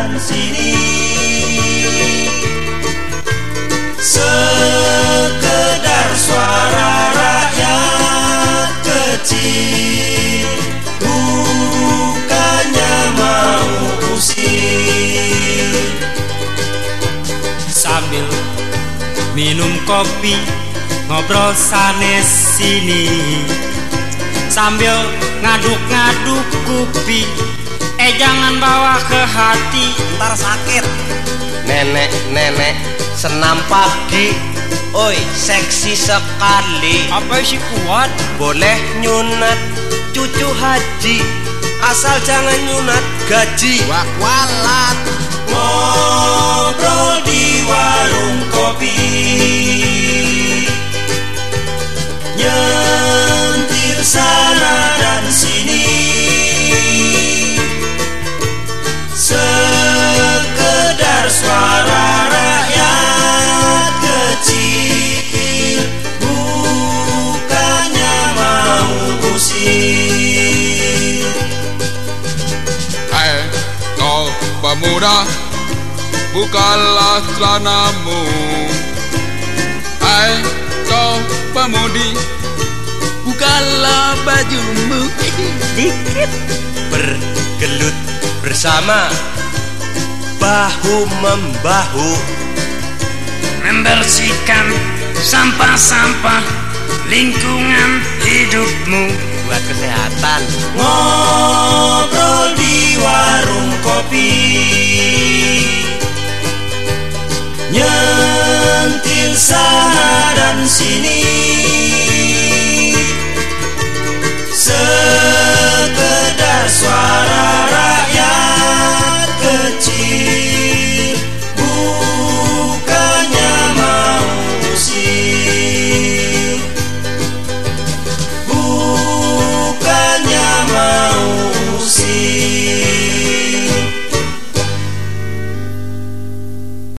dan sini, sekedar suara rakyat kecil, bukannya mau usir. Sambil minum kopi, ngobrol sanes sini, sambil ngaduk-ngaduk kupi, jangan bawa ke hati, ntar sakit. Nenek-nenek senam pagi, oi seksi sekali. Apa sih kuat? Boleh nyunat cucu haji, asal jangan nyunat gaji. Walat. Ngobrol di warung kopi, nyentil sana dan sini, sekedar suara rakyat kecil, bukannya mau usir. Kau pemuda, bukalah celanamu. Kau pemudi, bukalah bajumu. Dikit bergelut bersama, bahu membahu, Membersihkan sampah-sampah lingkungan hidupmu, buat kesehatan. ngobrol di warung kopi, nyentil sana dan sini,